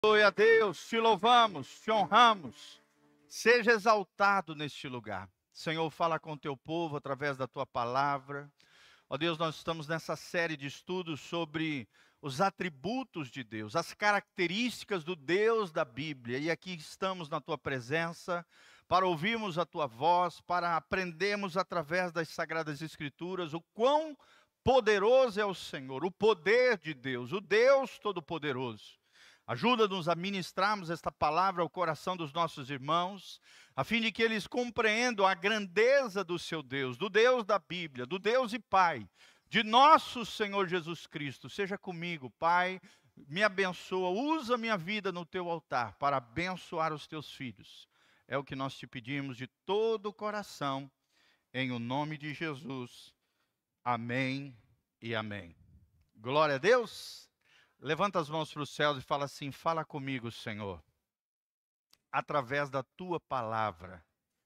Aleluia a Deus, te louvamos, te honramos. Seja exaltado neste lugar. Senhor, fala com o teu povo através da tua palavra. Ó Deus, nós estamos nessa série de estudos sobre os atributos de Deus, as características do Deus da Bíblia. E aqui estamos na tua presença para ouvirmos a tua voz, para aprendermos através das Sagradas Escrituras o quão poderoso é o Senhor, o poder de Deus, o Deus Todo-Poderoso. Ajuda-nos a ministrarmos esta palavra ao coração dos nossos irmãos, a fim de que eles compreendam a grandeza do seu Deus, do Deus da Bíblia, do Deus e Pai, de nosso Senhor Jesus Cristo. Seja comigo, Pai, me abençoa, usa minha vida no teu altar para abençoar os teus filhos. É o que nós te pedimos de todo o coração, em o nome de Jesus. Amém e amém. Glória a Deus. Levanta as mãos para os céus e fala assim: fala comigo, Senhor, através da tua palavra.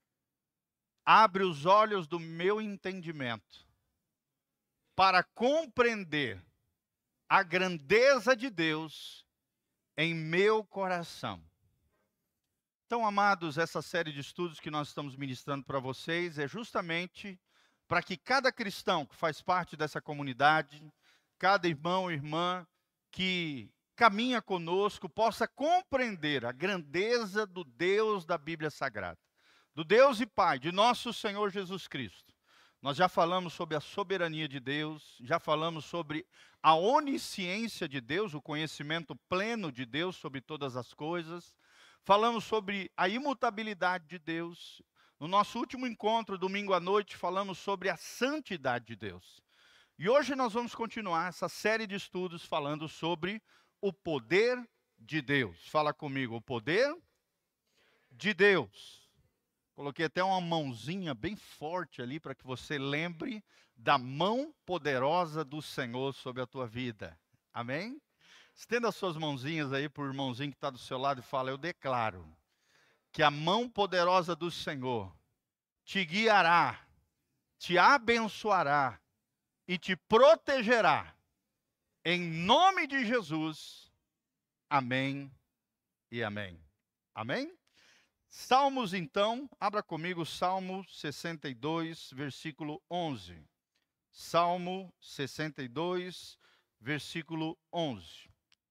Abre os olhos do meu entendimento para compreender a grandeza de Deus em meu coração. Então, amados, essa série de estudos que nós estamos ministrando para vocês é justamente para que cada cristão que faz parte dessa comunidade, cada irmão e irmã que caminha conosco, possa compreender a grandeza do Deus da Bíblia Sagrada, do Deus e Pai, de nosso Senhor Jesus Cristo. Nós já falamos sobre a soberania de Deus, já falamos sobre a onisciência de Deus, o conhecimento pleno de Deus sobre todas as coisas. Falamos sobre a imutabilidade de Deus. No nosso último encontro, domingo à noite, falamos sobre a santidade de Deus. E hoje nós vamos continuar essa série de estudos falando sobre o poder de Deus. Fala comigo, o poder de Deus. Coloquei até uma mãozinha bem forte ali para que você lembre da mão poderosa do Senhor sobre a tua vida. Amém? Estenda as suas mãozinhas aí para o irmãozinho que está do seu lado e fala: eu declaro que a mão poderosa do Senhor te guiará, te abençoará e te protegerá, em nome de Jesus. Amém e amém. Amém? Salmos, então, abra comigo Salmo 62, versículo 11. Salmo 62, versículo 11.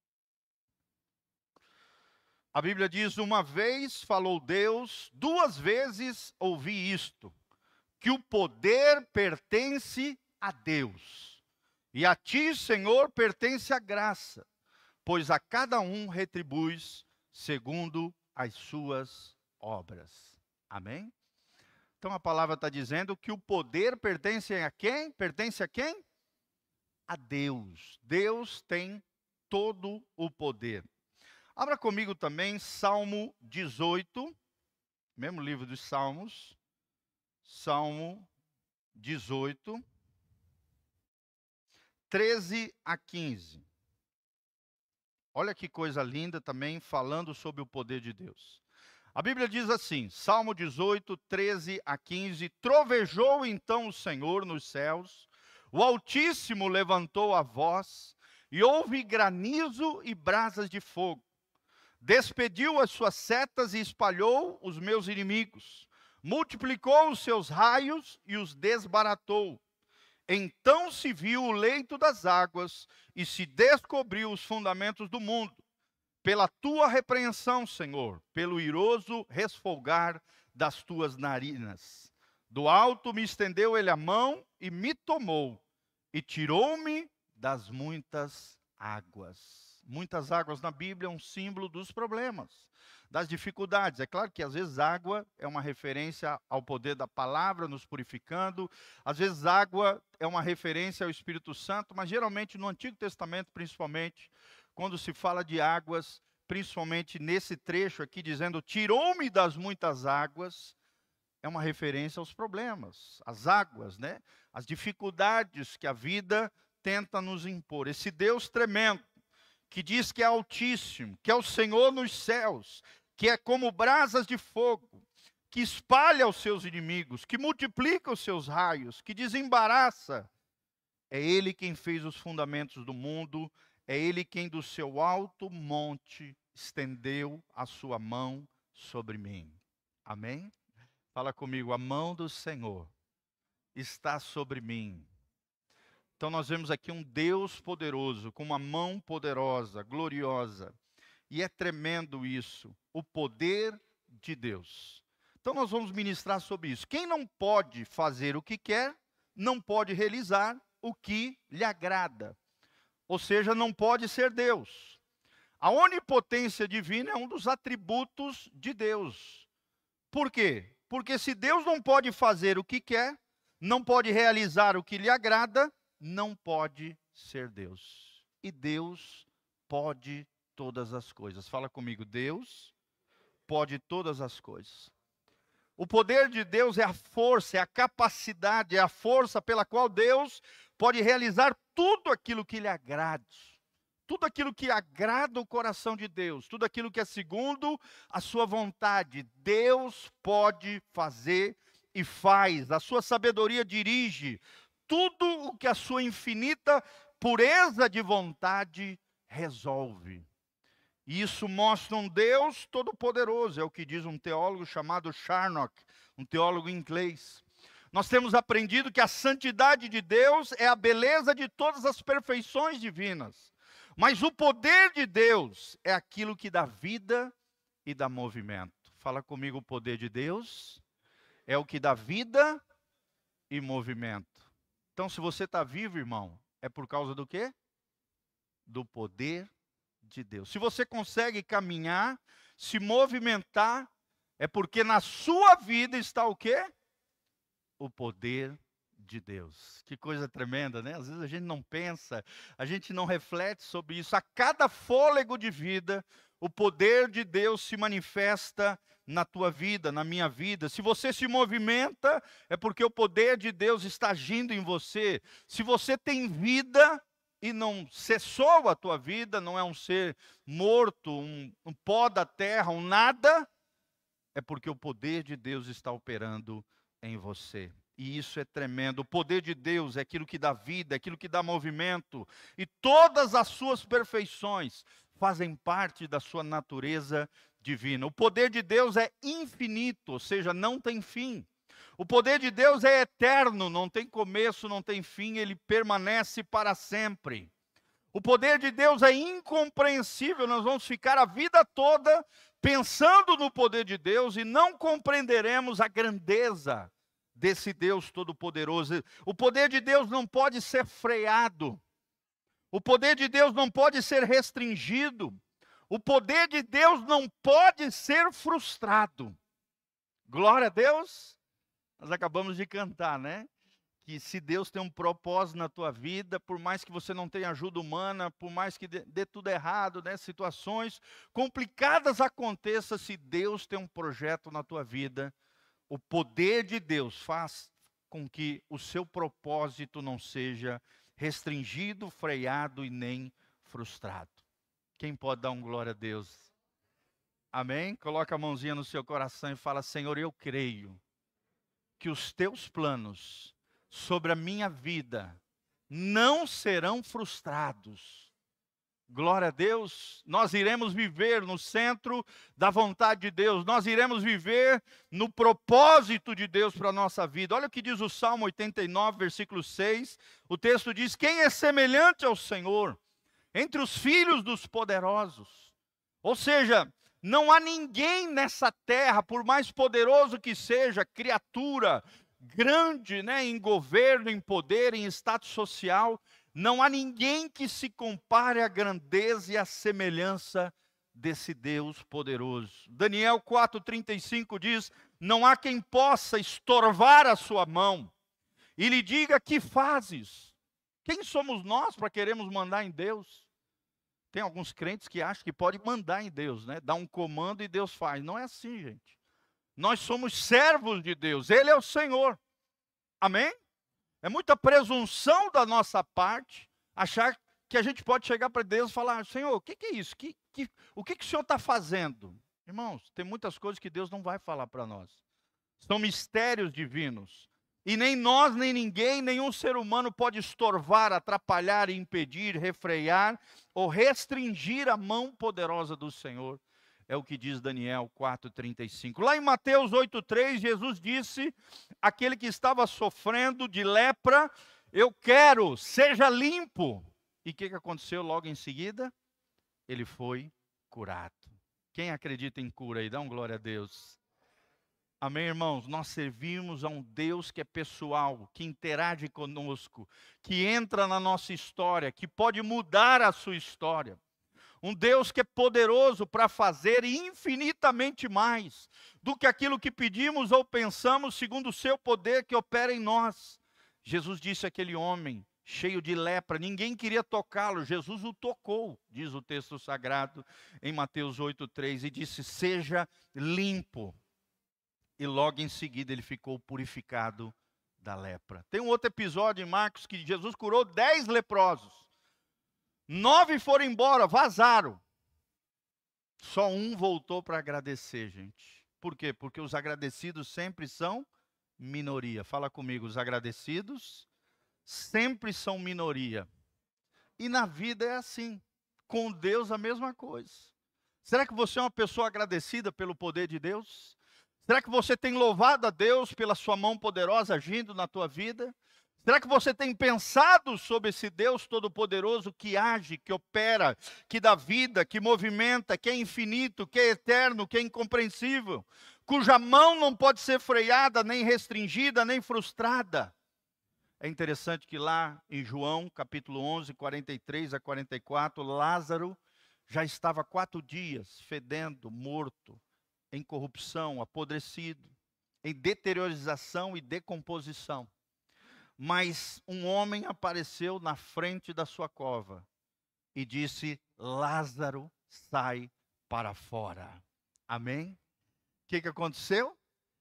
A Bíblia diz: uma vez falou Deus, duas vezes ouvi isto, que o poder pertence a Deus, e a ti, Senhor, pertence a graça, pois a cada um retribuis segundo as suas obras. Amém? Então a palavra está dizendo que o poder pertence a quem? Pertence a quem? A Deus. Deus tem todo o poder. Abra comigo também Salmo 18, mesmo livro dos Salmos, Salmo 18, 13 a 15. Olha que coisa linda também, falando sobre o poder de Deus. A Bíblia diz assim, Salmo 18, 13 a 15. Trovejou então o Senhor nos céus, o Altíssimo levantou a voz, e houve granizo e brasas de fogo. Despediu as suas setas e espalhou os meus inimigos. Multiplicou os seus raios e os desbaratou. Então se viu o leito das águas e se descobriu os fundamentos do mundo. Pela tua repreensão, Senhor, pelo iroso resfolgar das tuas narinas. Do alto me estendeu ele a mão e me tomou, e tirou-me das muitas águas. Muitas águas na Bíblia é um símbolo dos problemas, das dificuldades. É claro que às vezes água é uma referência ao poder da palavra nos purificando. Às vezes água é uma referência ao Espírito Santo, mas geralmente no Antigo Testamento, principalmente, quando se fala de águas, principalmente nesse trecho aqui, dizendo, tirou-me das muitas águas, é uma referência aos problemas, às águas, né? As dificuldades que a vida tenta nos impor. Esse Deus tremendo, que diz que é altíssimo, que é o Senhor nos céus, que é como brasas de fogo, que espalha os seus inimigos, que multiplica os seus raios, que desembaraça. É Ele quem fez os fundamentos do mundo, é Ele quem do seu alto monte estendeu a sua mão sobre mim. Amém? Fala comigo, a mão do Senhor está sobre mim. Então nós vemos aqui um Deus poderoso, com uma mão poderosa, gloriosa. E é tremendo isso, o poder de Deus. Então nós vamos ministrar sobre isso. Quem não pode fazer o que quer, não pode realizar o que lhe agrada. Ou seja, não pode ser Deus. A onipotência divina é um dos atributos de Deus. Por quê? Porque se Deus não pode fazer o que quer, não pode realizar o que lhe agrada, não pode ser Deus. E Deus pode todas as coisas. Fala comigo, Deus pode todas as coisas. O poder de Deus é a força, é a capacidade, é a força pela qual Deus pode realizar tudo aquilo que lhe agrade. Tudo aquilo que agrada o coração de Deus, tudo aquilo que é segundo a sua vontade, Deus pode fazer e faz. A sua sabedoria dirige tudo o que a sua infinita pureza de vontade resolve. E isso mostra um Deus todo-poderoso, é o que diz um teólogo chamado Charnock, um teólogo inglês. Nós temos aprendido que a santidade de Deus é a beleza de todas as perfeições divinas. Mas o poder de Deus é aquilo que dá vida e dá movimento. Fala comigo, o poder de Deus é o que dá vida e movimento. Então, se você está vivo, irmão, é por causa do quê? Do poder de Deus. Se você consegue caminhar, se movimentar, é porque na sua vida está o quê? O poder de Deus. Que coisa tremenda, né? Às vezes a gente não pensa, a gente não reflete sobre isso. A cada fôlego de vida, o poder de Deus se manifesta na tua vida, na minha vida. Se você se movimenta, é porque o poder de Deus está agindo em você. Se você tem vida e não cessou a tua vida, não é um ser morto, um pó da terra, um nada, é porque o poder de Deus está operando em você. E isso é tremendo. O poder de Deus é aquilo que dá vida, é aquilo que dá movimento. E todas as suas perfeições fazem parte da sua natureza divina. O poder de Deus é infinito, ou seja, não tem fim. O poder de Deus é eterno, não tem começo, não tem fim, ele permanece para sempre. O poder de Deus é incompreensível, nós vamos ficar a vida toda pensando no poder de Deus e não compreenderemos a grandeza desse Deus todo-poderoso. O poder de Deus não pode ser freado. O poder de Deus não pode ser restringido. O poder de Deus não pode ser frustrado. Glória a Deus. Nós acabamos de cantar, né? Que se Deus tem um propósito na tua vida, por mais que você não tenha ajuda humana, por mais que dê tudo errado, né? Situações complicadas aconteçam, se Deus tem um projeto na tua vida, o poder de Deus faz com que o seu propósito não seja restringido, freado e nem frustrado. Quem pode dar um glória a Deus? Amém? Coloca a mãozinha no seu coração e fala: Senhor, eu creio que os teus planos sobre a minha vida não serão frustrados. Glória a Deus, nós iremos viver no centro da vontade de Deus, nós iremos viver no propósito de Deus para a nossa vida. Olha o que diz o Salmo 89, versículo 6, o texto diz: quem é semelhante ao Senhor entre os filhos dos poderosos? Ou seja, não há ninguém nessa terra, por mais poderoso que seja, criatura, grande, né, em governo, em poder, em status social, não há ninguém que se compare à grandeza e à semelhança desse Deus poderoso. Daniel 4,35 diz: não há quem possa estorvar a sua mão e lhe diga: que fazes? Quem somos nós para queremos mandar em Deus? Tem alguns crentes que acham que pode mandar em Deus, né? Dá um comando e Deus faz. Não é assim, gente. Nós somos servos de Deus, Ele é o Senhor. Amém? É muita presunção da nossa parte achar que a gente pode chegar para Deus e falar: Senhor, o que é isso? O que o Senhor está fazendo? Irmãos, tem muitas coisas que Deus não vai falar para nós. São mistérios divinos. E nem nós, nem ninguém, nenhum ser humano pode estorvar, atrapalhar, impedir, refrear ou restringir a mão poderosa do Senhor. É o que diz Daniel 4,35. Lá em Mateus 8,3, Jesus disse, aquele que estava sofrendo de lepra, eu quero, seja limpo. E o que aconteceu logo em seguida? Ele foi curado. Quem acredita em cura aí? Dá um glória a Deus. Amém, irmãos? Nós servimos a um Deus que é pessoal, que interage conosco, que entra na nossa história, que pode mudar a sua história. Um Deus que é poderoso para fazer infinitamente mais do que aquilo que pedimos ou pensamos, segundo o seu poder que opera em nós. Jesus disse àquele homem cheio de lepra, ninguém queria tocá-lo, Jesus o tocou, diz o texto sagrado em Mateus 8,3, e disse, seja limpo. E logo em seguida ele ficou purificado da lepra. Tem um outro episódio em Marcos que Jesus curou 10 leprosos. 9 foram embora, vazaram. Só um voltou para agradecer, gente. Por quê? Porque os agradecidos sempre são minoria. Fala comigo, os agradecidos sempre são minoria. E na vida é assim. Com Deus a mesma coisa. Será que você é uma pessoa agradecida pelo poder de Deus? Será que você tem louvado a Deus pela sua mão poderosa agindo na tua vida? Será que você tem pensado sobre esse Deus todo-poderoso que age, que opera, que dá vida, que movimenta, que é infinito, que é eterno, que é incompreensível, cuja mão não pode ser freada, nem restringida, nem frustrada? É interessante que lá em João, capítulo 11, 43 a 44, Lázaro já estava 4 dias fedendo, morto, em corrupção, apodrecido, em deteriorização e decomposição. Mas um homem apareceu na frente da sua cova e disse, Lázaro, sai para fora. Amém? O que aconteceu?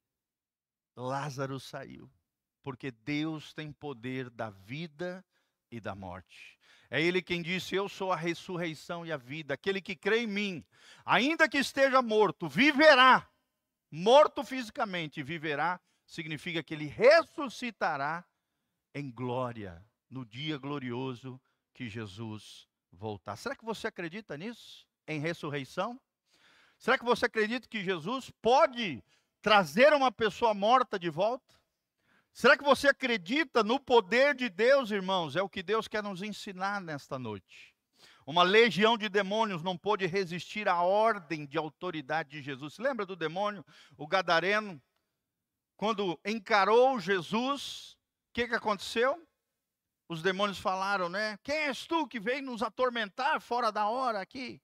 Lázaro saiu, porque Deus tem poder da vida e da morte. É Ele quem disse, eu sou a ressurreição e a vida. Aquele que crê em mim, ainda que esteja morto, viverá. Morto fisicamente, viverá, significa que ele ressuscitará em glória, no dia glorioso que Jesus voltar. Será que você acredita nisso? Em ressurreição? Será que você acredita que Jesus pode trazer uma pessoa morta de volta? Será que você acredita no poder de Deus, irmãos? É o que Deus quer nos ensinar nesta noite. Uma legião de demônios não pôde resistir à ordem de autoridade de Jesus. Se lembra do demônio, o gadareno? Quando encarou Jesus, o que aconteceu? Os demônios falaram, né? Quem és tu que veio nos atormentar fora da hora aqui?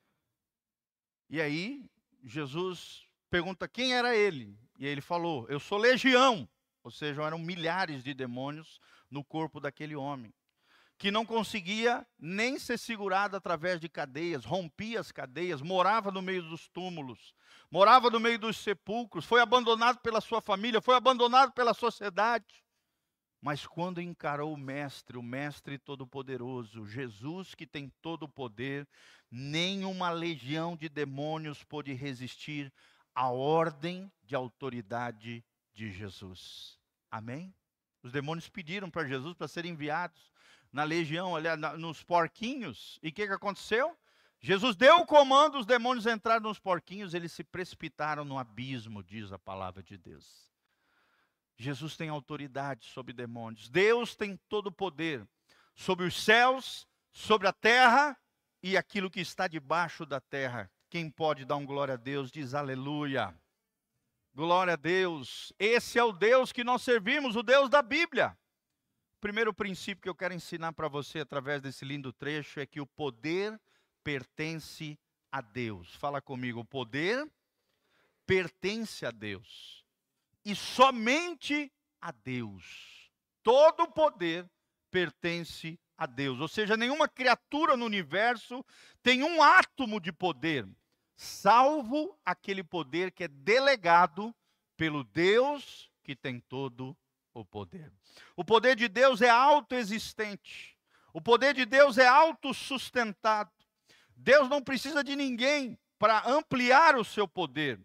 E aí, Jesus pergunta quem era ele. E ele falou, eu sou legião. Ou seja, eram milhares de demônios no corpo daquele homem, que não conseguia nem ser segurado através de cadeias, rompia as cadeias, morava no meio dos túmulos, morava no meio dos sepulcros, foi abandonado pela sua família, foi abandonado pela sociedade. Mas quando encarou o Mestre Todo-Poderoso, Jesus que tem todo o poder, nenhuma legião de demônios pôde resistir à ordem de autoridade de Jesus. Amém? Os demônios pediram para Jesus para serem enviados na legião, aliás, nos porquinhos. E o que aconteceu? Jesus deu o comando, os demônios entraram nos porquinhos, eles se precipitaram no abismo, diz a palavra de Deus. Jesus tem autoridade sobre demônios. Deus tem todo o poder sobre os céus, sobre a terra e aquilo que está debaixo da terra. Quem pode dar um glória a Deus, diz aleluia. Glória a Deus. Esse é o Deus que nós servimos, o Deus da Bíblia. O primeiro princípio que eu quero ensinar para você através desse lindo trecho é que o poder pertence a Deus. Fala comigo, o poder pertence a Deus. E somente a Deus. Todo o poder pertence a Deus. Ou seja, nenhuma criatura no universo tem um átomo de poder, salvo aquele poder que é delegado pelo Deus que tem todo o poder. O poder de Deus é autoexistente. O poder de Deus é autossustentado. Deus não precisa de ninguém para ampliar o seu poder.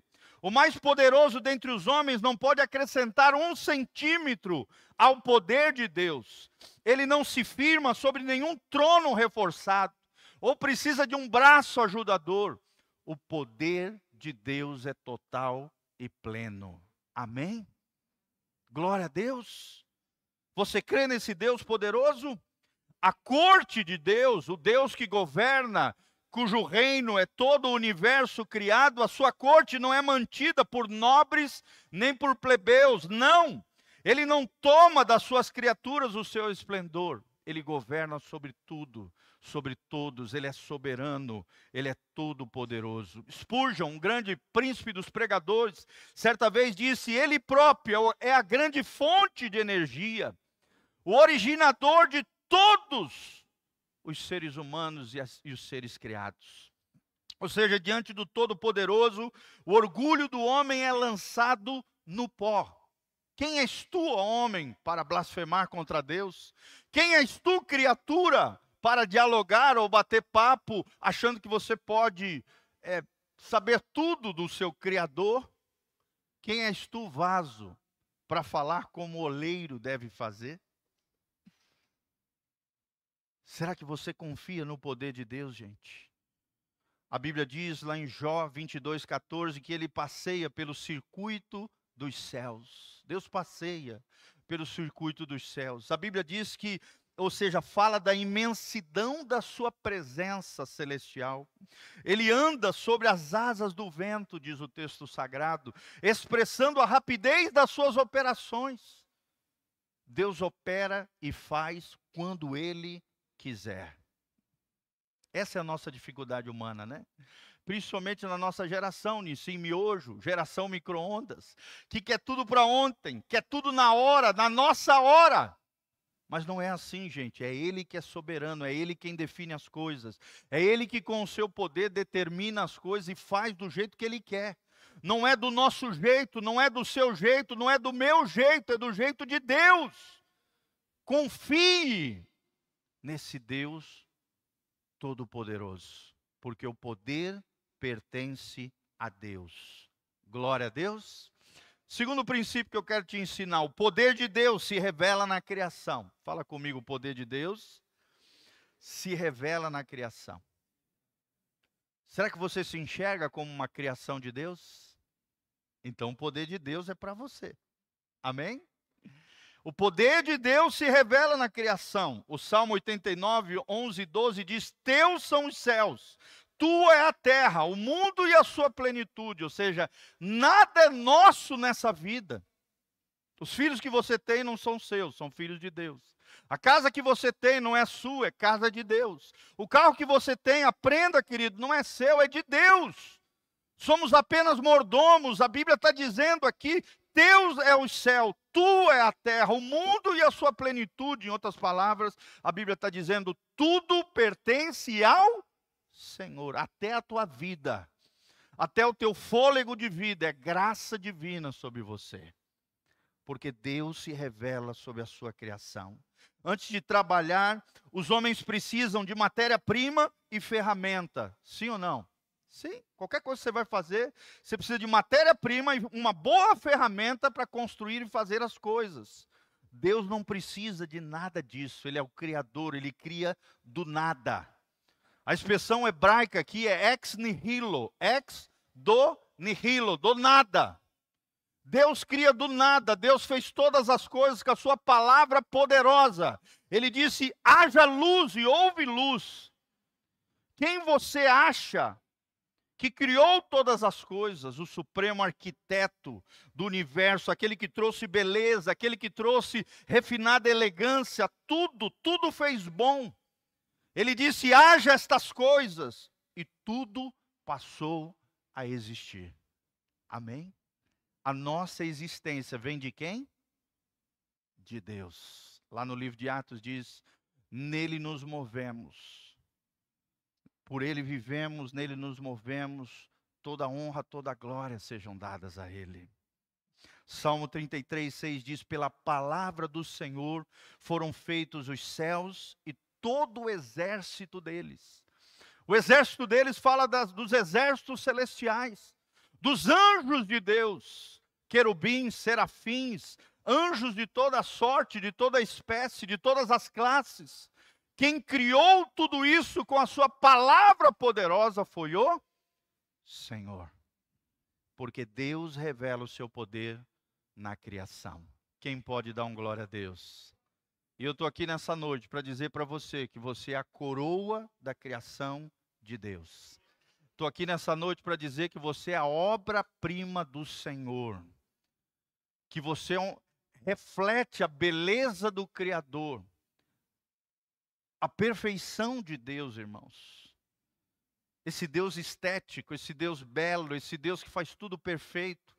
O mais poderoso dentre os homens não pode acrescentar 1 centímetro ao poder de Deus. Ele não se firma sobre nenhum trono reforçado, ou precisa de um braço ajudador. O poder de Deus é total e pleno. Amém? Glória a Deus. Você crê nesse Deus poderoso? A corte de Deus, o Deus que governa, cujo reino é todo o universo criado, a sua corte não é mantida por nobres nem por plebeus, não. Ele não toma das suas criaturas o seu esplendor. Ele governa sobre tudo, sobre todos, ele é soberano, ele é todo-poderoso. Spurgeon, um grande príncipe dos pregadores, certa vez disse: ele próprio é a grande fonte de energia, o originador de todos os seres humanos e os seres criados. Ou seja, diante do Todo-Poderoso, o orgulho do homem é lançado no pó. Quem és tu, ó homem, para blasfemar contra Deus? Quem és tu, criatura, para dialogar ou bater papo, achando que você pode saber tudo do seu Criador? Quem és tu, vaso, para falar como o oleiro deve fazer? Será que você confia no poder de Deus, gente? A Bíblia diz lá em Jó 22:14 que ele passeia pelo circuito dos céus. Deus passeia pelo circuito dos céus. A Bíblia diz que, ou seja, fala da imensidão da sua presença celestial. Ele anda sobre as asas do vento, diz o texto sagrado, expressando a rapidez das suas operações. Deus opera e faz quando Ele quiser. Essa é a nossa dificuldade humana, né? Principalmente na nossa geração, Nissim Miojo, geração micro-ondas, que quer tudo para ontem, quer tudo na hora, na nossa hora. Mas não é assim, gente. É Ele que é soberano, é Ele quem define as coisas. É Ele que com o seu poder determina as coisas e faz do jeito que Ele quer. Não é do nosso jeito, não é do seu jeito, não é do meu jeito, é do jeito de Deus. Confie nesse Deus Todo-Poderoso, porque o poder pertence a Deus. Glória a Deus. Segundo princípio que eu quero te ensinar: o poder de Deus se revela na criação. Fala comigo, o poder de Deus se revela na criação. Será que você se enxerga como uma criação de Deus? Então o poder de Deus é para você. Amém? O poder de Deus se revela na criação. O Salmo 89, 11 e 12 diz: teus são os céus, tua é a terra, o mundo e a sua plenitude. Ou seja, nada é nosso nessa vida. Os filhos que você tem não são seus, são filhos de Deus. A casa que você tem não é sua, é casa de Deus. O carro que você tem, aprenda, querido, não é seu, é de Deus. Somos apenas mordomos. A Bíblia está dizendo aqui: Deus é o céu, tu é a terra, o mundo e a sua plenitude. Em outras palavras, a Bíblia está dizendo: tudo pertence ao Senhor, até a tua vida, até o teu fôlego de vida, é graça divina sobre você. Porque Deus se revela sobre a sua criação. Antes de trabalhar, os homens precisam de matéria-prima e ferramenta. Sim ou não? Sim. Qualquer coisa que você vai fazer, você precisa de matéria-prima e uma boa ferramenta para construir e fazer as coisas. Deus não precisa de nada disso. Ele é o Criador, Ele cria do nada. A expressão hebraica aqui é ex nihilo. Ex do nihilo, do nada. Deus cria do nada, Deus fez todas as coisas com a sua palavra poderosa. Ele disse: haja luz e houve luz. Quem você acha que criou todas as coisas? O supremo arquiteto do universo, aquele que trouxe beleza, aquele que trouxe refinada elegância, tudo fez bom. Ele disse: haja estas coisas, e tudo passou a existir. Amém? A nossa existência vem de quem? De Deus. Lá no livro de Atos diz: nele nos movemos, por ele vivemos, nele nos movemos, toda honra, toda glória sejam dadas a ele. Salmo 33, 6 diz: pela palavra do Senhor foram feitos os céus e todo o exército deles. O exército deles fala dos exércitos celestiais. dos anjos de Deus, querubins, serafins, anjos de toda sorte, de toda espécie, de todas as classes. Quem criou tudo isso com a sua palavra poderosa foi o Senhor. Porque Deus revela o seu poder na criação. Quem pode dar um glória a Deus? E eu estou aqui nessa noite para dizer para você que você é a coroa da criação de Deus. Estou aqui nessa noite para dizer que você é a obra-prima do Senhor. Que você reflete a beleza do Criador. A perfeição de Deus, irmãos. Esse Deus estético, esse Deus belo, esse Deus que faz tudo perfeito.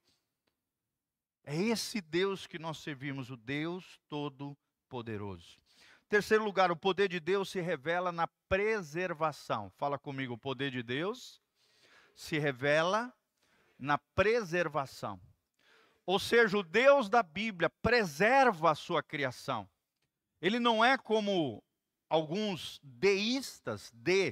É esse Deus que nós servimos, o Deus Todo-Poderoso. Terceiro lugar, o poder de Deus se revela na preservação. Fala comigo, o poder de Deus se revela na preservação. Ou seja, o Deus da Bíblia preserva a sua criação. Ele não é como alguns deístas,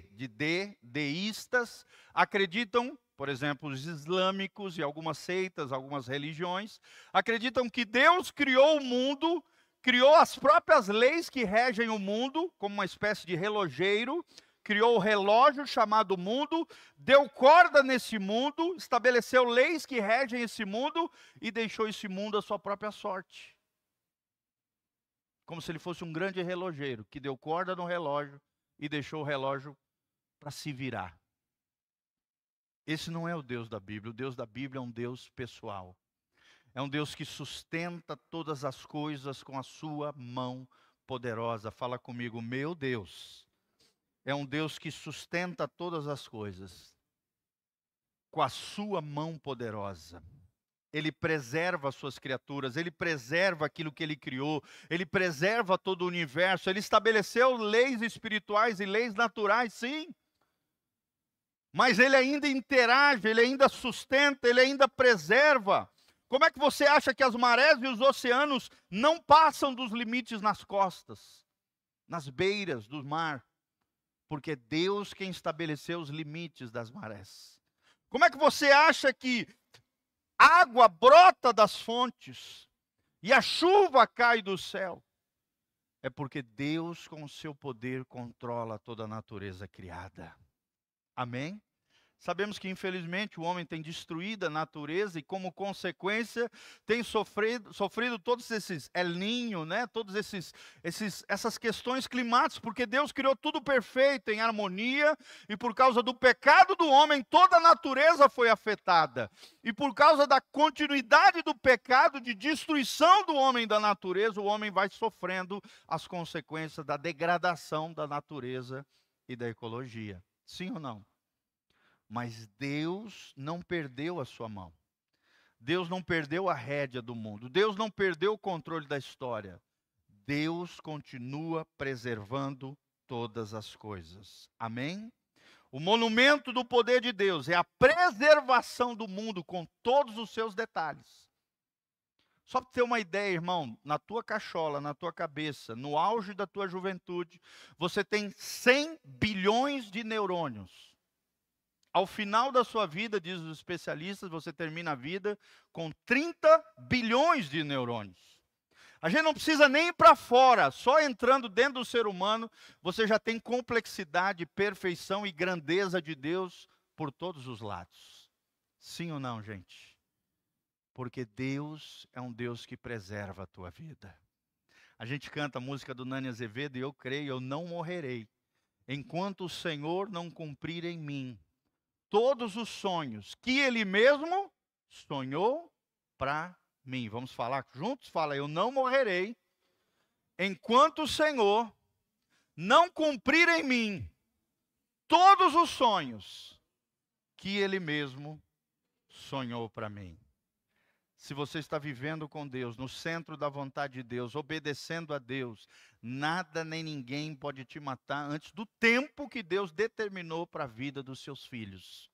deístas, acreditam, por exemplo, os islâmicos e algumas seitas, algumas religiões, acreditam que Deus criou o mundo, criou as próprias leis que regem o mundo, como uma espécie de relojeiro, criou o relógio chamado mundo, deu corda nesse mundo, estabeleceu leis que regem esse mundo e deixou esse mundo à sua própria sorte. Como se ele fosse um grande relojeiro, que deu corda no relógio e deixou o relógio para se virar. Esse não é o Deus da Bíblia. O Deus da Bíblia é um Deus pessoal. É um Deus que sustenta todas as coisas com a sua mão poderosa. Fala comigo, meu Deus. É um Deus que sustenta todas as coisas com a sua mão poderosa. Ele preserva as suas criaturas, ele preserva aquilo que ele criou, ele preserva todo o universo, ele estabeleceu leis espirituais e leis naturais, sim. Mas ele ainda interage, ele ainda sustenta, ele ainda preserva. Como é que você acha que as marés e os oceanos não passam dos limites nas costas, nas beiras do mar? Porque é Deus quem estabeleceu os limites das marés. Como é que você acha que água brota das fontes e a chuva cai do céu? É porque Deus, com o seu poder, controla toda a natureza criada. Amém? Sabemos que, infelizmente, o homem tem destruído a natureza e, como consequência, tem sofrido todos esses El Niño, né? Todas essas questões climáticas, porque Deus criou tudo perfeito, em harmonia, e por causa do pecado do homem, toda a natureza foi afetada. E por causa da continuidade do pecado, de destruição do homem da natureza, o homem vai sofrendo as consequências da degradação da natureza e da ecologia. Sim ou não? Mas Deus não perdeu a sua mão. Deus não perdeu a rédea do mundo. Deus não perdeu o controle da história. Deus continua preservando todas as coisas. Amém? O monumento do poder de Deus é a preservação do mundo com todos os seus detalhes. Só para ter uma ideia, irmão, na tua cachola, na tua cabeça, no auge da tua juventude, você tem 100 bilhões de neurônios. Ao final da sua vida, diz os especialistas, você termina a vida com 30 bilhões de neurônios. A gente não precisa nem ir para fora, só entrando dentro do ser humano, você já tem complexidade, perfeição e grandeza de Deus por todos os lados. Sim ou não, gente? Porque Deus é um Deus que preserva a tua vida. A gente canta a música do Nani Azevedo e eu creio, eu não morrerei, enquanto o Senhor não cumprir em mim todos os sonhos que Ele mesmo sonhou para mim. Vamos falar juntos? Fala, eu não morrerei enquanto o Senhor não cumprir em mim todos os sonhos que Ele mesmo sonhou para mim. Se você está vivendo com Deus, no centro da vontade de Deus, obedecendo a Deus, nada nem ninguém pode te matar antes do tempo que Deus determinou para a vida dos seus filhos.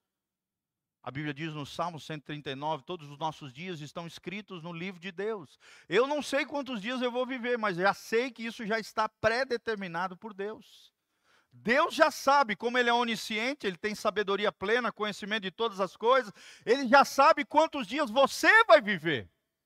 A Bíblia diz no Salmo 139, todos os nossos dias estão escritos no livro de Deus. Eu não sei quantos dias eu vou viver, mas já sei que isso já está pré-determinado por Deus. Deus já sabe, como Ele é onisciente, Ele tem sabedoria plena, conhecimento de todas as coisas, Ele já sabe quantos dias você vai viver.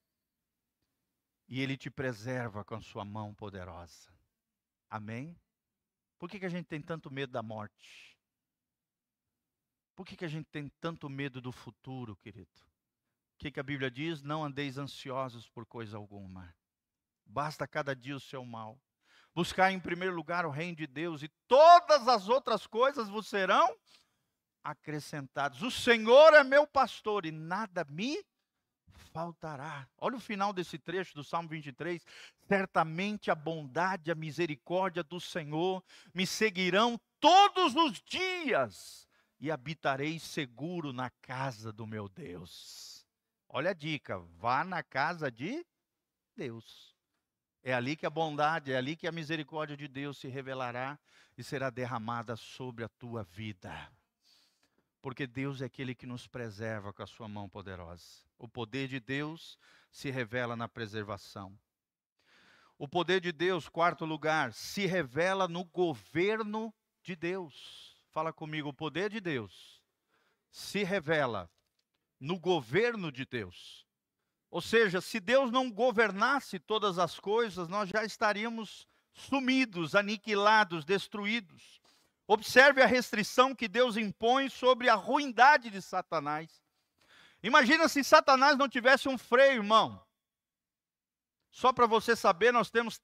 E Ele te preserva com a sua mão poderosa. Amém? Por que a gente tem tanto medo da morte? Por que a gente tem tanto medo do futuro, querido? O que a Bíblia diz? Não andeis ansiosos por coisa alguma. Basta cada dia o seu mal. Buscar em primeiro lugar o reino de Deus e todas as outras coisas vos serão acrescentadas. O Senhor é meu pastor e nada me faltará. Olha o final desse trecho do Salmo 23. Certamente a bondade e a misericórdia do Senhor me seguirão todos os dias e habitarei seguro na casa do meu Deus. Olha a dica, vá na casa de Deus. É ali que a bondade, é ali que a misericórdia de Deus se revelará e será derramada sobre a tua vida. Porque Deus é aquele que nos preserva com a sua mão poderosa. O poder de Deus se revela na preservação. O poder de Deus, quarto lugar, se revela no governo de Deus. Fala comigo, o poder de Deus se revela no governo de Deus. Ou seja, se Deus não governasse todas as coisas, nós já estaríamos sumidos, aniquilados, destruídos. Observe a restrição que Deus impõe sobre a ruindade de Satanás. Imagina se Satanás não tivesse um freio, irmão. Só para você saber, nós temos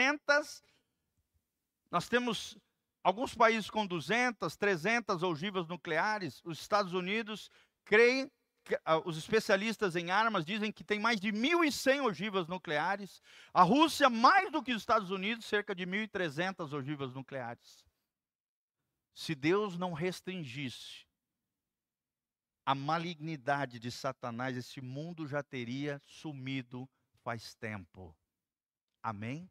alguns países com 200, 300 ogivas nucleares. Os Estados Unidos creem, os especialistas em armas dizem que tem mais de 1.100 ogivas nucleares. A Rússia, mais do que os Estados Unidos, cerca de 1.300 ogivas nucleares. Se Deus não restringisse a malignidade de Satanás, esse mundo já teria sumido faz tempo. Amém?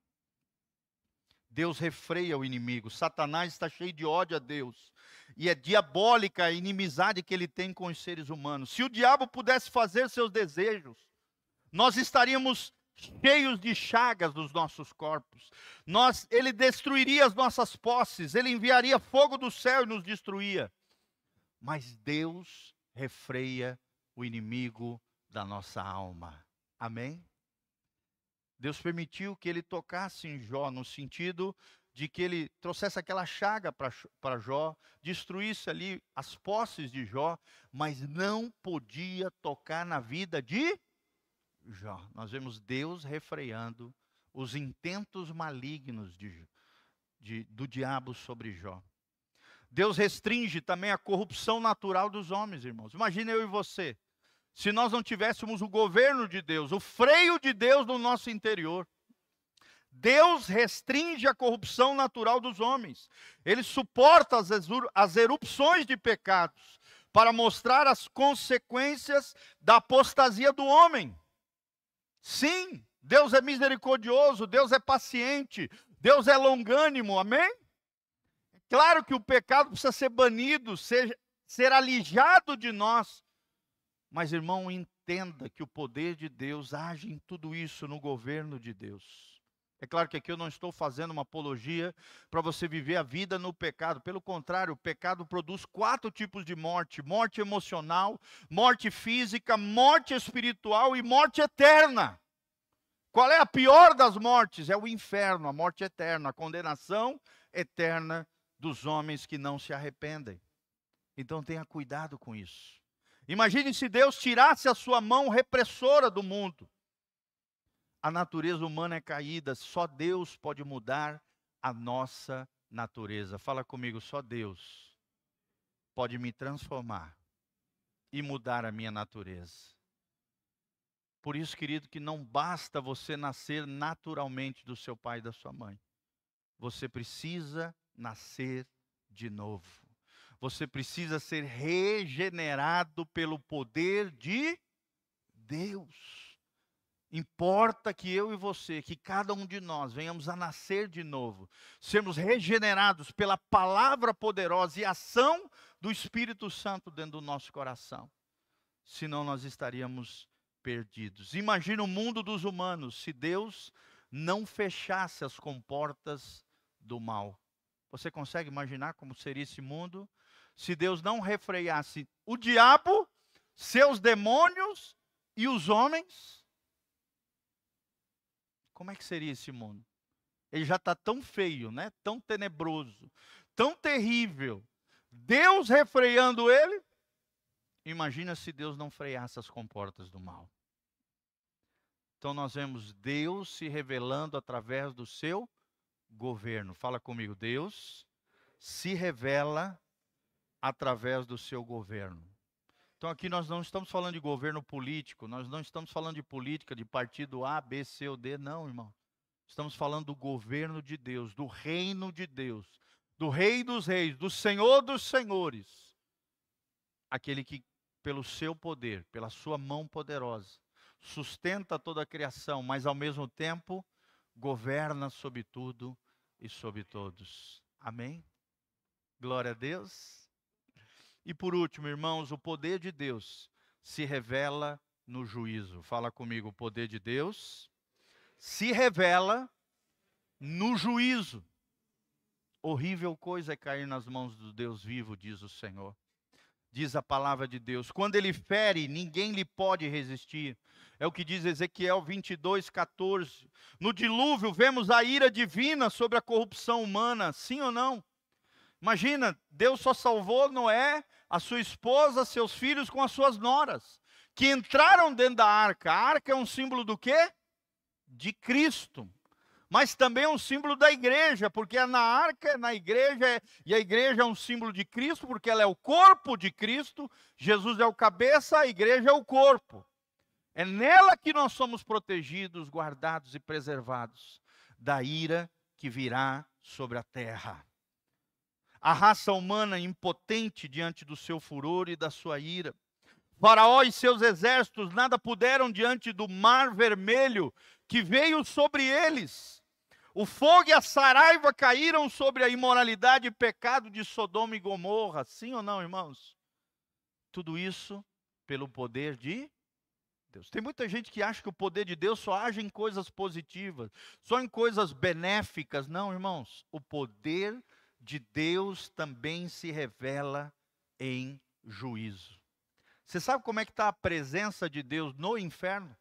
Deus refreia o inimigo. Satanás está cheio de ódio a Deus. E é diabólica a inimizade que ele tem com os seres humanos. Se o diabo pudesse fazer seus desejos, nós estaríamos cheios de chagas nos nossos corpos. Ele destruiria as nossas posses. Ele enviaria fogo do céu e nos destruía. Mas Deus refreia o inimigo da nossa alma. Amém? Deus permitiu que ele tocasse em Jó, no sentido de que ele trouxesse aquela chaga para Jó, destruísse ali as posses de Jó, mas não podia tocar na vida de Jó. Nós vemos Deus refreando os intentos malignos do diabo sobre Jó. Deus restringe também a corrupção natural dos homens, irmãos. Imagina eu e você. Se nós não tivéssemos o governo de Deus, o freio de Deus no nosso interior. Deus restringe a corrupção natural dos homens. Ele suporta as erupções de pecados para mostrar as consequências da apostasia do homem. Sim, Deus é misericordioso, Deus é paciente, Deus é longânimo, amém? É claro que o pecado precisa ser banido, ser alijado de nós. Mas, irmão, entenda que o poder de Deus age em tudo isso no governo de Deus. É claro que aqui eu não estou fazendo uma apologia para você viver a vida no pecado. Pelo contrário, o pecado produz 4 tipos de morte: morte emocional, morte física, morte espiritual e morte eterna. Qual é a pior das mortes? É o inferno, a morte eterna, a condenação eterna dos homens que não se arrependem. Então tenha cuidado com isso. Imagine se Deus tirasse a sua mão repressora do mundo. A natureza humana é caída, só Deus pode mudar a nossa natureza. Fala comigo, só Deus pode me transformar e mudar a minha natureza. Por isso, querido, que não basta você nascer naturalmente do seu pai e da sua mãe. Você precisa nascer de novo. Você precisa ser regenerado pelo poder de Deus. Importa que eu e você, que cada um de nós venhamos a nascer de novo, sermos regenerados pela palavra poderosa e ação do Espírito Santo dentro do nosso coração. Senão nós estaríamos perdidos. Imagina o mundo dos humanos se Deus não fechasse as comportas do mal. Você consegue imaginar como seria esse mundo se Deus não refreasse o diabo, seus demônios e os homens? Como é que seria esse mundo? Ele já está tão feio, né? Tão tenebroso, tão terrível. Deus refreando ele. Imagina se Deus não freasse as comportas do mal. Então nós vemos Deus se revelando através do seu governo. Fala comigo, Deus se revela através do seu governo. Então aqui nós não estamos falando de governo político, nós não estamos falando de política de partido A, B, C ou D, não, irmão. Estamos falando do governo de Deus, do reino de Deus, do Rei dos Reis, do Senhor dos Senhores. Aquele que, pelo seu poder, pela sua mão poderosa, sustenta toda a criação, mas ao mesmo tempo governa sobre tudo e sobre todos. Amém? Glória a Deus. E por último, irmãos, o poder de Deus se revela no juízo. Fala comigo, o poder de Deus se revela no juízo. Horrível coisa é cair nas mãos do Deus vivo, diz o Senhor. Diz a palavra de Deus. Quando ele fere, ninguém lhe pode resistir. É o que diz Ezequiel 22:14. No dilúvio, vemos a ira divina sobre a corrupção humana. Sim ou não? Imagina, Deus só salvou Noé, a sua esposa, seus filhos com as suas noras, que entraram dentro da arca. A arca é um símbolo do quê? De Cristo. Mas também é um símbolo da igreja, porque é na arca, é na igreja, e a igreja é um símbolo de Cristo, porque ela é o corpo de Cristo, Jesus é o cabeça, a igreja é o corpo. É nela que nós somos protegidos, guardados e preservados da ira que virá sobre a terra. A raça humana impotente diante do seu furor e da sua ira. Faraó e seus exércitos nada puderam diante do mar vermelho que veio sobre eles. O fogo e a saraiva caíram sobre a imoralidade e pecado de Sodoma e Gomorra. Sim ou não, irmãos? Tudo isso pelo poder de Deus. Tem muita gente que acha que o poder de Deus só age em coisas positivas, só em coisas benéficas. Não, irmãos. O poder de Deus também se revela em juízo. Você sabe como é que está a presença de Deus no inferno?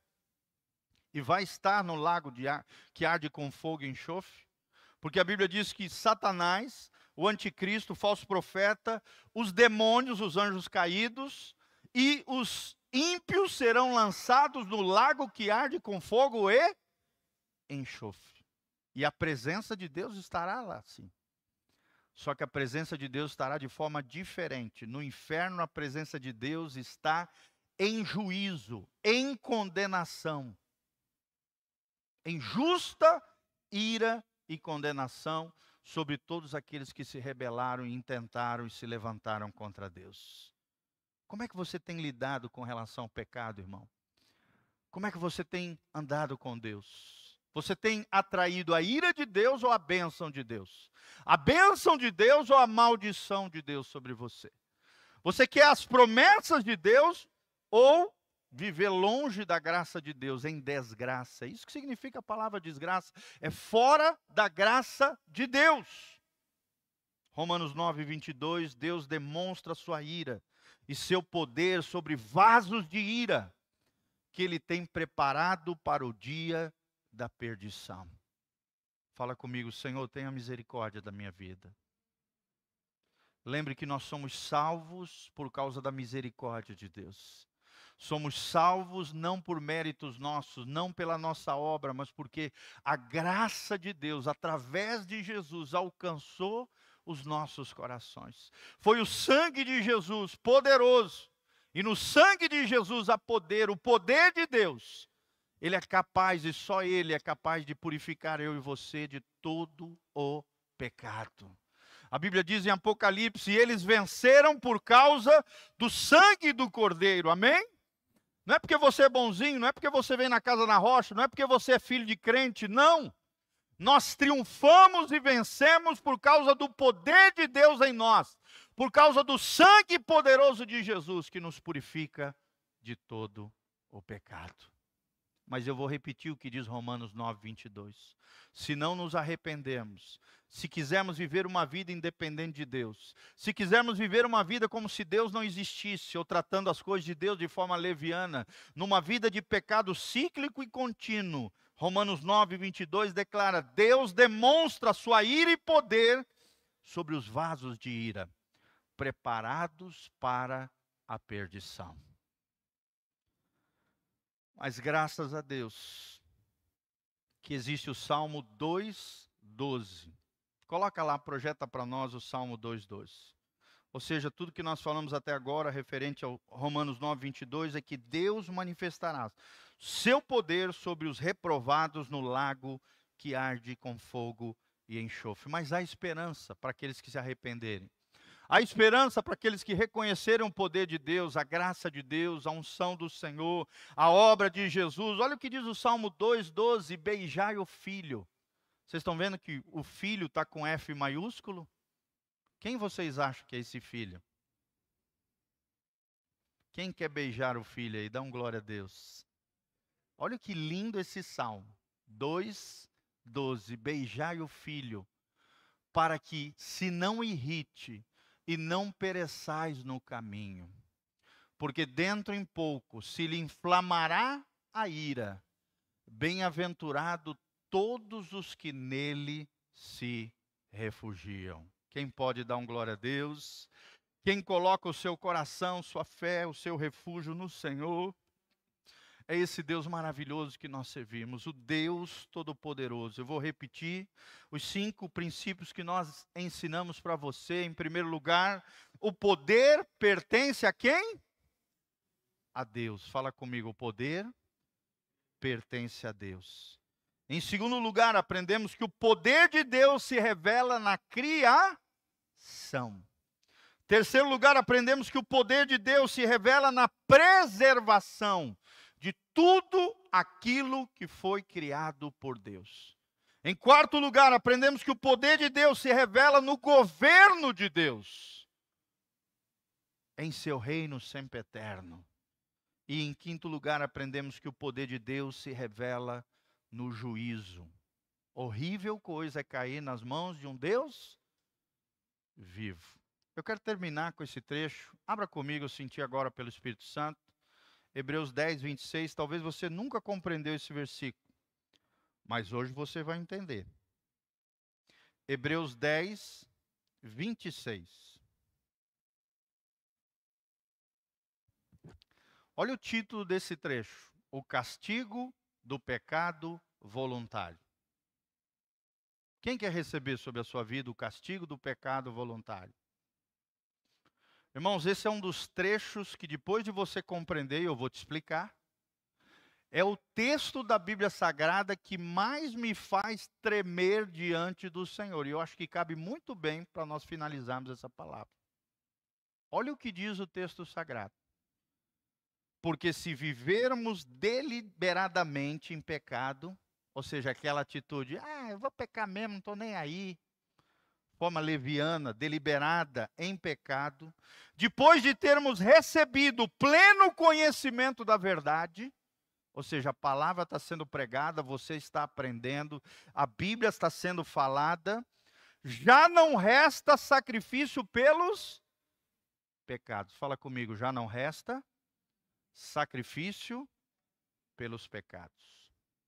E vai estar no lago que arde com fogo e enxofre? Porque a Bíblia diz que Satanás, o anticristo, o falso profeta, os demônios, os anjos caídos e os ímpios serão lançados no lago que arde com fogo e enxofre. E a presença de Deus estará lá, sim. Só que a presença de Deus estará de forma diferente. No inferno, a presença de Deus está em juízo, em condenação, em justa ira e condenação sobre todos aqueles que se rebelaram e intentaram e se levantaram contra Deus. Como é que você tem lidado com relação ao pecado, irmão? Como é que você tem andado com Deus? Você tem atraído a ira de Deus ou a bênção de Deus? A bênção de Deus ou a maldição de Deus sobre você? Você quer as promessas de Deus ou viver longe da graça de Deus, em desgraça? Isso que significa a palavra desgraça. É fora da graça de Deus. Romanos 9:22, Deus demonstra sua ira e seu poder sobre vasos de ira que Ele tem preparado para o dia da perdição. Fala comigo, Senhor, tenha misericórdia da minha vida. Lembre que nós somos salvos por causa da misericórdia de Deus. Somos salvos não por méritos nossos, não pela nossa obra, mas porque a graça de Deus, através de Jesus, alcançou os nossos corações. Foi o sangue de Jesus poderoso. E no sangue de Jesus há poder, o poder de Deus. Ele é capaz, e só Ele é capaz de purificar eu e você de todo o pecado. A Bíblia diz em Apocalipse, eles venceram por causa do sangue do Cordeiro, amém? Não é porque você é bonzinho, não é porque você vem na casa na rocha, não é porque você é filho de crente, não. Nós triunfamos e vencemos por causa do poder de Deus em nós, por causa do sangue poderoso de Jesus que nos purifica de todo o pecado. Mas eu vou repetir o que diz Romanos 9, 22. Se não nos arrependermos, se quisermos viver uma vida independente de Deus, se quisermos viver uma vida como se Deus não existisse, ou tratando as coisas de Deus de forma leviana, numa vida de pecado cíclico e contínuo, Romanos 9, 22 declara: Deus demonstra sua ira e poder sobre os vasos de ira, preparados para a perdição. Mas graças a Deus que existe o Salmo 2:12. Coloca lá, projeta para nós o Salmo 2:12. Ou seja, tudo que nós falamos até agora referente ao Romanos 9:22 é que Deus manifestará seu poder sobre os reprovados no lago que arde com fogo e enxofre. Mas há esperança para aqueles que se arrependerem. Há esperança para aqueles que reconheceram o poder de Deus, a graça de Deus, a unção do Senhor, a obra de Jesus. Olha o que diz o Salmo 2:12: beijai o filho. Vocês estão vendo que o filho está com F maiúsculo? Quem vocês acham que é esse filho? Quem quer beijar o filho aí? Dá um glória a Deus. Olha que lindo esse Salmo. 2:12: beijai o filho, para que se não irrite e não pereçais no caminho, porque dentro em pouco se lhe inflamará a ira. Bem-aventurado todos os que nele se refugiam. Quem pode dar um glória a Deus? Quem coloca o seu coração, sua fé, o seu refúgio no Senhor, é esse Deus maravilhoso que nós servimos, o Deus Todo-Poderoso. Eu vou repetir os 5 princípios que nós ensinamos para você. Em primeiro lugar, o poder pertence a quem? A Deus. Fala comigo, o poder pertence a Deus. Em segundo lugar, aprendemos que o poder de Deus se revela na criação. Terceiro lugar, aprendemos que o poder de Deus se revela na preservação de tudo aquilo que foi criado por Deus. Em quarto lugar, aprendemos que o poder de Deus se revela no governo de Deus, em seu reino sempre eterno. E em quinto lugar, aprendemos que o poder de Deus se revela no juízo. Horrível coisa é cair nas mãos de um Deus vivo. Eu quero terminar com esse trecho. Abra comigo, eu senti agora pelo Espírito Santo. Hebreus 10, 26, talvez você nunca compreendeu esse versículo, mas hoje você vai entender. Hebreus 10, 26. Olha o título desse trecho: o castigo do pecado voluntário. Quem quer receber sobre a sua vida o castigo do pecado voluntário? Irmãos, esse é um dos trechos que depois de você compreender, eu vou te explicar, é o texto da Bíblia Sagrada que mais me faz tremer diante do Senhor. E eu acho que cabe muito bem para nós finalizarmos essa palavra. Olha o que diz o texto sagrado. Porque se vivermos deliberadamente em pecado, ou seja, aquela atitude, eu vou pecar mesmo, não estou nem aí, forma leviana, deliberada, em pecado, depois de termos recebido pleno conhecimento da verdade, ou seja, a palavra está sendo pregada, você está aprendendo, a Bíblia está sendo falada, já não resta sacrifício pelos pecados. Fala comigo, já não resta sacrifício pelos pecados.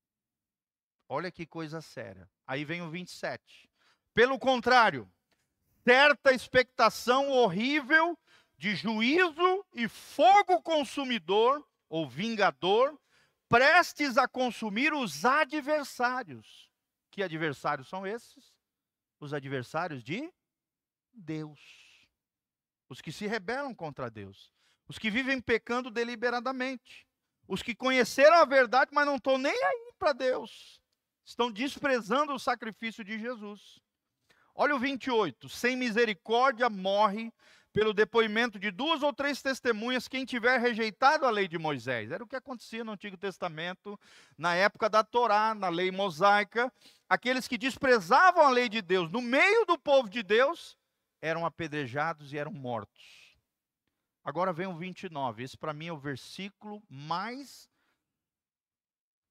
Olha que coisa séria. Aí vem o 27. Pelo contrário, certa expectação horrível de juízo e fogo consumidor ou vingador, prestes a consumir os adversários. Que adversários são esses? Os adversários de Deus. Os que se rebelam contra Deus. Os que vivem pecando deliberadamente. Os que conheceram a verdade, mas não estão nem aí para Deus. Estão desprezando o sacrifício de Jesus. Olha o 28. Sem misericórdia morre pelo depoimento de 2 ou 3 testemunhas quem tiver rejeitado a lei de Moisés. Era o que acontecia no Antigo Testamento, na época da Torá, na lei mosaica. Aqueles que desprezavam a lei de Deus no meio do povo de Deus, eram apedrejados e eram mortos. Agora vem o 29. Esse para mim é o versículo mais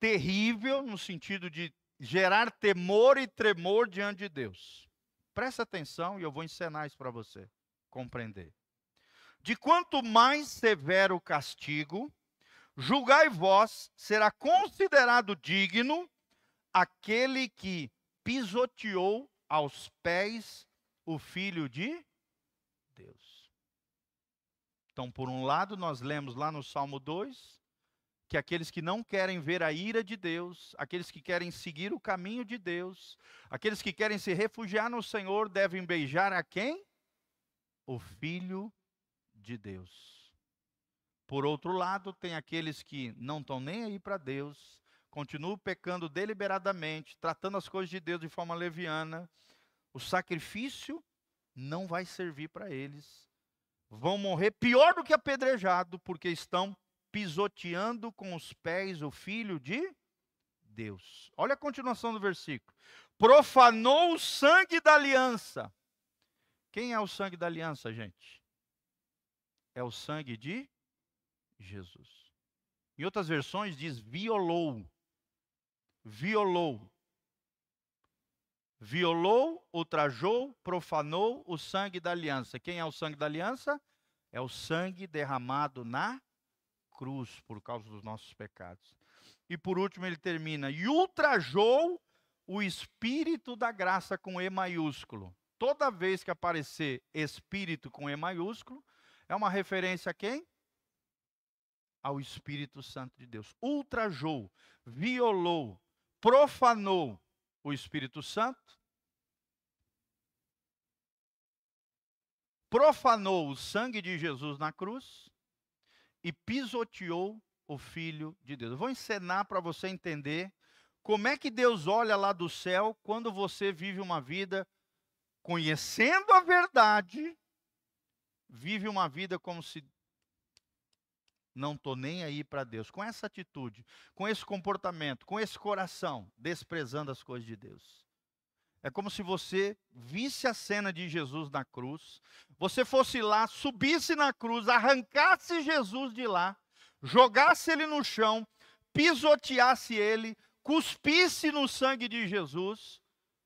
terrível no sentido de gerar temor e tremor diante de Deus. Presta atenção e eu vou ensinar isso para você compreender. De quanto mais severo o castigo, julgai vós, será considerado digno aquele que pisoteou aos pés o Filho de Deus. Então, por um lado, nós lemos lá no Salmo 2, que aqueles que não querem ver a ira de Deus, aqueles que querem seguir o caminho de Deus, aqueles que querem se refugiar no Senhor, devem beijar a quem? O Filho de Deus. Por outro lado, tem aqueles que não estão nem aí para Deus, continuam pecando deliberadamente, tratando as coisas de Deus de forma leviana. O sacrifício não vai servir para eles. Vão morrer pior do que apedrejado, porque estão pisoteando com os pés o Filho de Deus. Olha a continuação do versículo. Profanou o sangue da aliança. Quem é o sangue da aliança, gente? É o sangue de Jesus. Em outras versões diz violou. Violou. Violou, ultrajou, profanou o sangue da aliança. Quem é o sangue da aliança? É o sangue derramado na cruz por causa dos nossos pecados. E por último ele termina, e ultrajou o Espírito da graça com E maiúsculo. Toda vez que aparecer Espírito com E maiúsculo, é uma referência a quem? Ao Espírito Santo de Deus. Ultrajou, violou, profanou o Espírito Santo, profanou o sangue de Jesus na cruz e pisoteou o Filho de Deus. Eu vou ensinar para você entender como é que Deus olha lá do céu quando você vive uma vida conhecendo a verdade, vive uma vida como se não estou nem aí para Deus, com essa atitude, com esse comportamento, com esse coração, desprezando as coisas de Deus. É como se você visse a cena de Jesus na cruz, você fosse lá, subisse na cruz, arrancasse Jesus de lá, jogasse ele no chão, pisoteasse ele, cuspisse no sangue de Jesus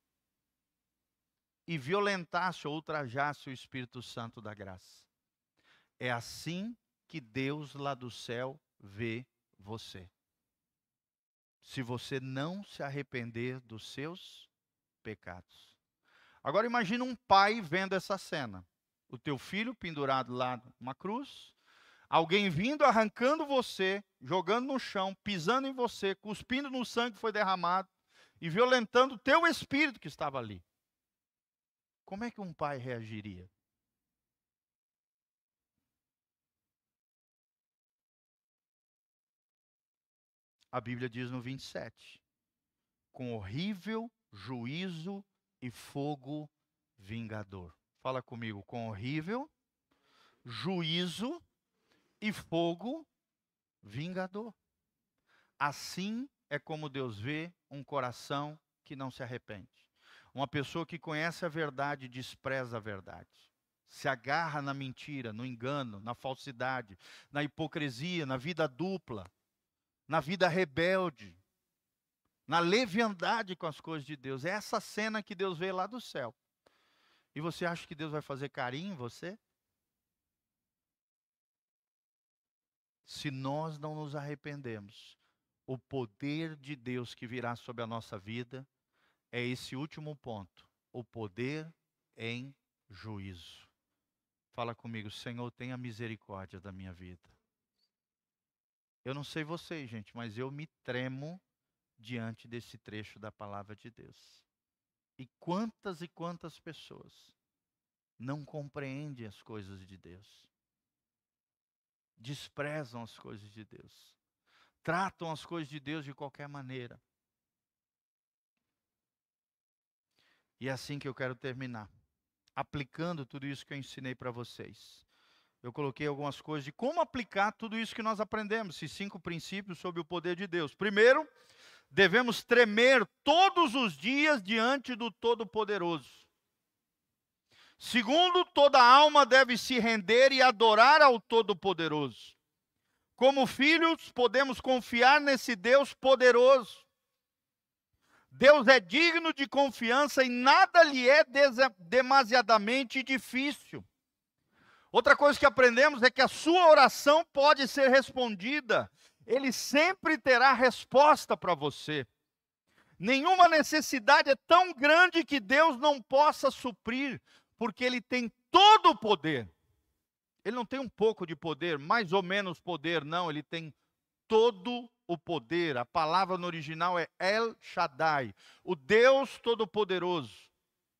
e violentasse ou ultrajasse o Espírito Santo da graça. É assim que Deus lá do céu vê você. Se você não se arrepender dos seus pecados. Agora imagina um pai vendo essa cena. O teu filho pendurado lá numa cruz, alguém vindo, arrancando você, jogando no chão, pisando em você, cuspindo no sangue que foi derramado e violentando o teu espírito que estava ali. Como é que um pai reagiria? A Bíblia diz no 27, com horrível juízo e fogo vingador. Fala comigo, com horrível juízo e fogo vingador. Assim é como Deus vê um coração que não se arrepende. Uma pessoa que conhece a verdade e despreza a verdade. Se agarra na mentira, no engano, na falsidade, na hipocrisia, na vida dupla, na vida rebelde, na leviandade com as coisas de Deus. É essa cena que Deus vê lá do céu. E você acha que Deus vai fazer carinho em você? Se nós não nos arrependemos, o poder de Deus que virá sobre a nossa vida é esse último ponto. O poder em juízo. Fala comigo, Senhor, tenha misericórdia da minha vida. Eu não sei vocês, gente, mas eu me tremo diante desse trecho da palavra de Deus. E quantas pessoas não compreendem as coisas de Deus, desprezam as coisas de Deus, tratam as coisas de Deus de qualquer maneira. E é assim que eu quero terminar, aplicando tudo isso que eu ensinei para vocês. Eu coloquei algumas coisas de como aplicar tudo isso que nós aprendemos, esses 5 princípios sobre o poder de Deus. Primeiro, devemos tremer todos os dias diante do Todo-Poderoso. Segundo, toda alma deve se render e adorar ao Todo-Poderoso. Como filhos, podemos confiar nesse Deus poderoso. Deus é digno de confiança e nada lhe é demasiadamente difícil. Outra coisa que aprendemos é que a sua oração pode ser respondida. Ele sempre terá resposta para você. Nenhuma necessidade é tão grande que Deus não possa suprir, porque Ele tem todo o poder. Ele não tem um pouco de poder, mais ou menos poder, não. Ele tem todo o poder. A palavra no original é El Shaddai, o Deus Todo-Poderoso.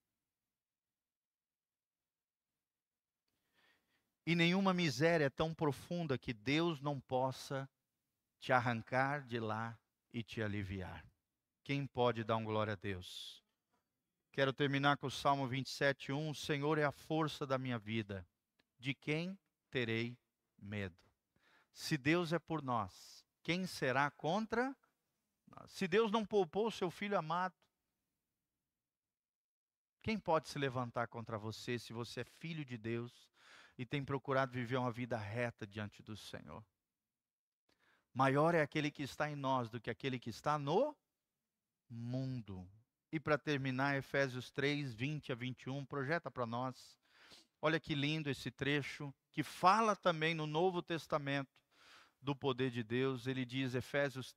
E nenhuma miséria é tão profunda que Deus não possa te arrancar de lá e te aliviar. Quem pode dar um glória a Deus? Quero terminar com o Salmo 27:1. O Senhor é a força da minha vida. De quem terei medo? Se Deus é por nós, quem será contra nós? Se Deus não poupou o seu Filho amado, quem pode se levantar contra você se você é filho de Deus e tem procurado viver uma vida reta diante do Senhor? Maior é aquele que está em nós do que aquele que está no mundo. E para terminar, Efésios 3:20-21, projeta para nós. Olha que lindo esse trecho, que fala também no Novo Testamento do poder de Deus. Ele diz, Efésios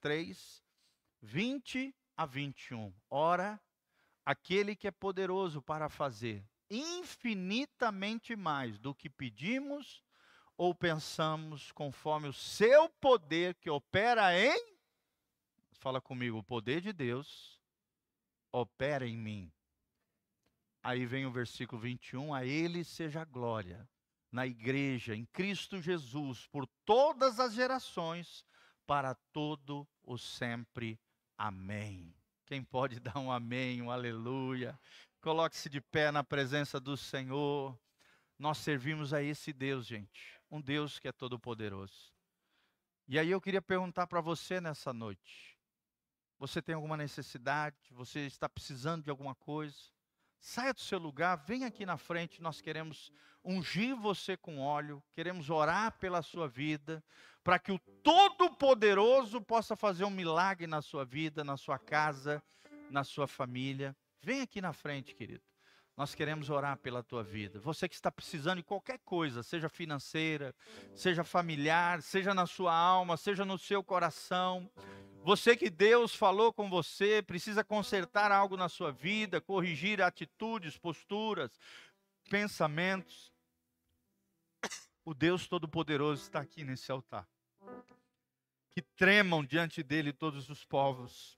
3:20-21. Ora, aquele que é poderoso para fazer infinitamente mais do que pedimos ou pensamos, conforme o seu poder que opera em... Fala comigo, o poder de Deus opera em mim. Aí vem o versículo 21, a Ele seja a glória, na igreja, em Cristo Jesus, por todas as gerações, para todo o sempre. Amém. Quem pode dar um amém, um aleluia? Coloque-se de pé na presença do Senhor. Nós servimos a esse Deus, gente, um Deus que é todo poderoso. E aí eu queria perguntar para você nessa noite, você tem alguma necessidade? Você está precisando de alguma coisa? Saia do seu lugar, vem aqui na frente, nós queremos ungir você com óleo, queremos orar pela sua vida, para que o Todo-Poderoso possa fazer um milagre na sua vida, na sua casa, na sua família. Vem aqui na frente, querido. Nós queremos orar pela tua vida. Você que está precisando de qualquer coisa, seja financeira, seja familiar, seja na sua alma, seja no seu coração. Você que Deus falou com você, precisa consertar algo na sua vida, corrigir atitudes, posturas, pensamentos. O Deus Todo-Poderoso está aqui nesse altar. Que tremam diante dele todos os povos.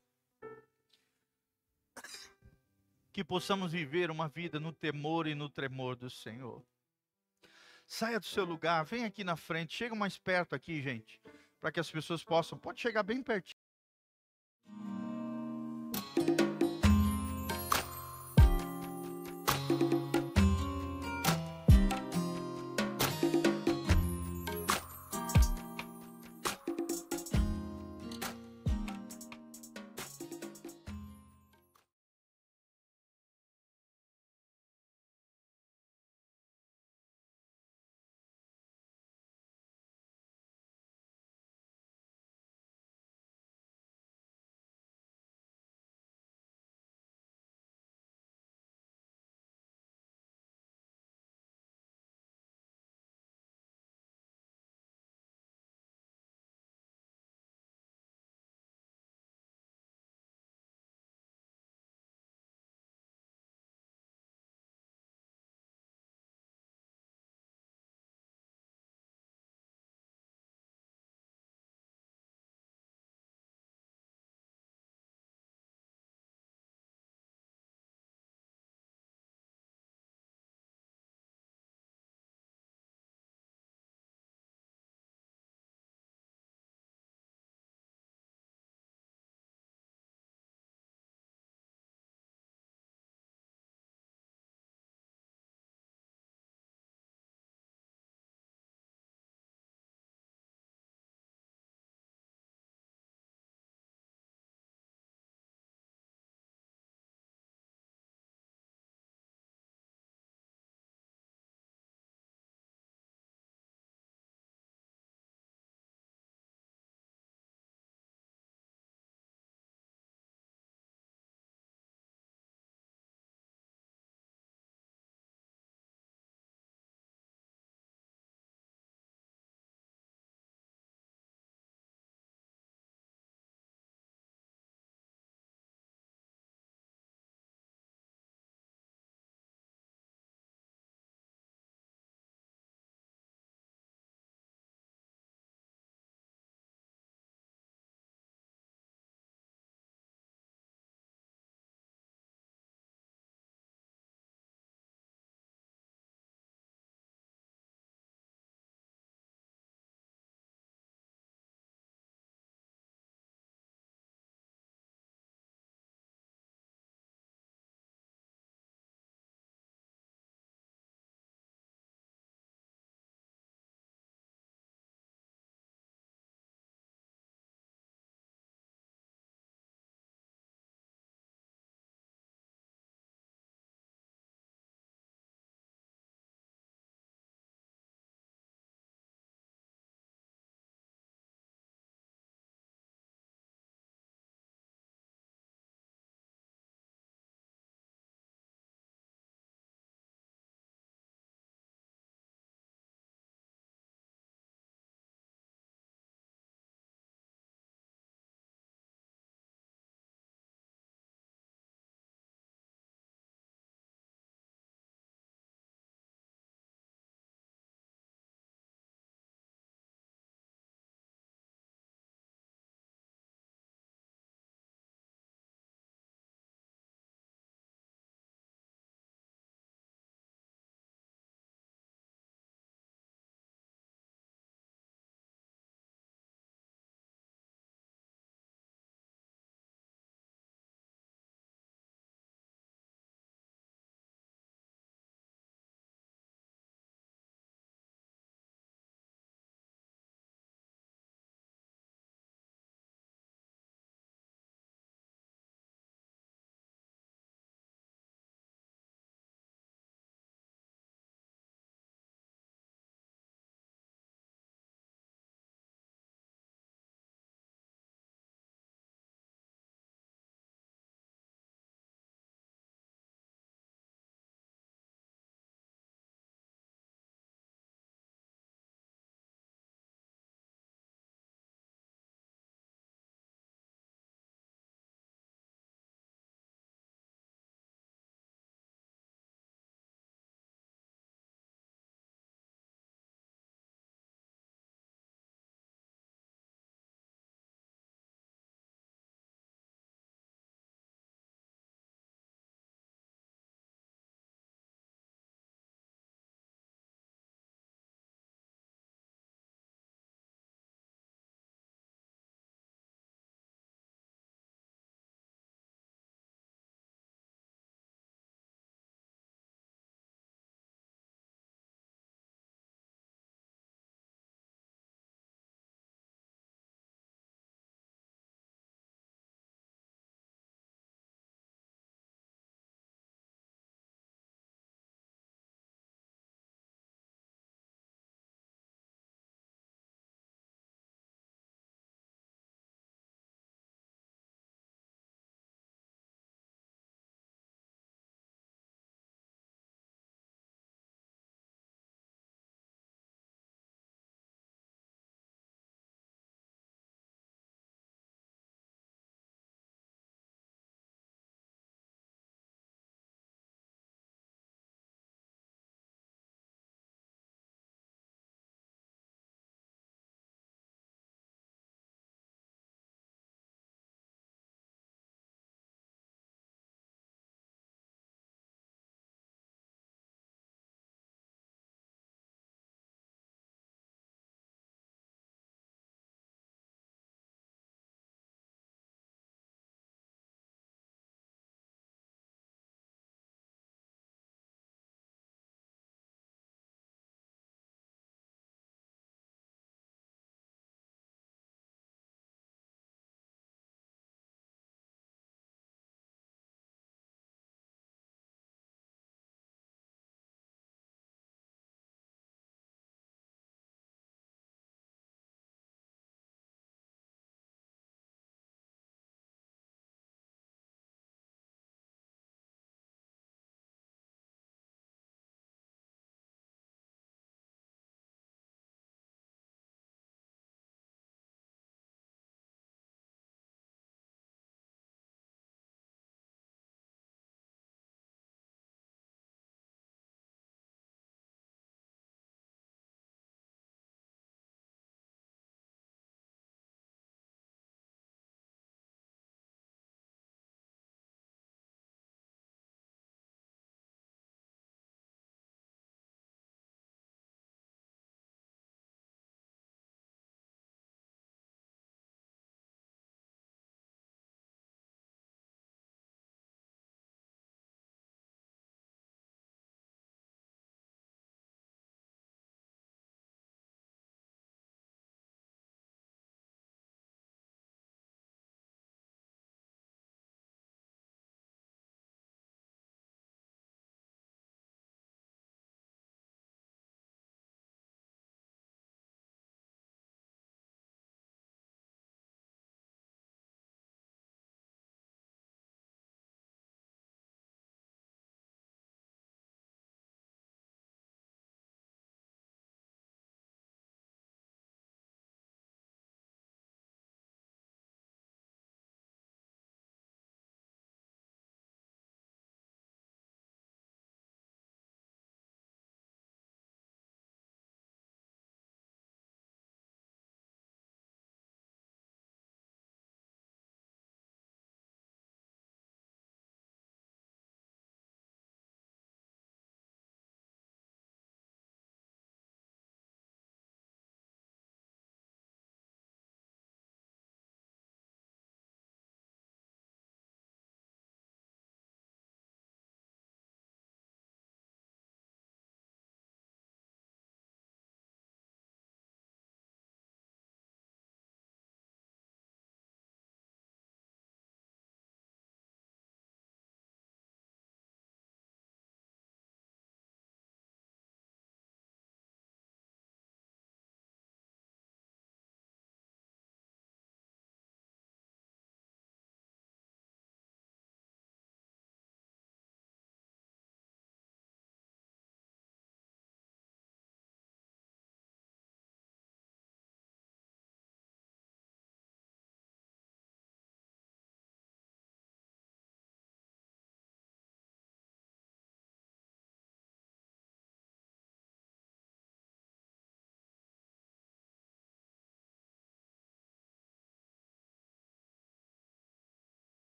Que possamos viver uma vida no temor e no tremor do Senhor. Saia do seu lugar, vem aqui na frente, chega mais perto aqui, gente, para que as pessoas possam, pode chegar bem pertinho.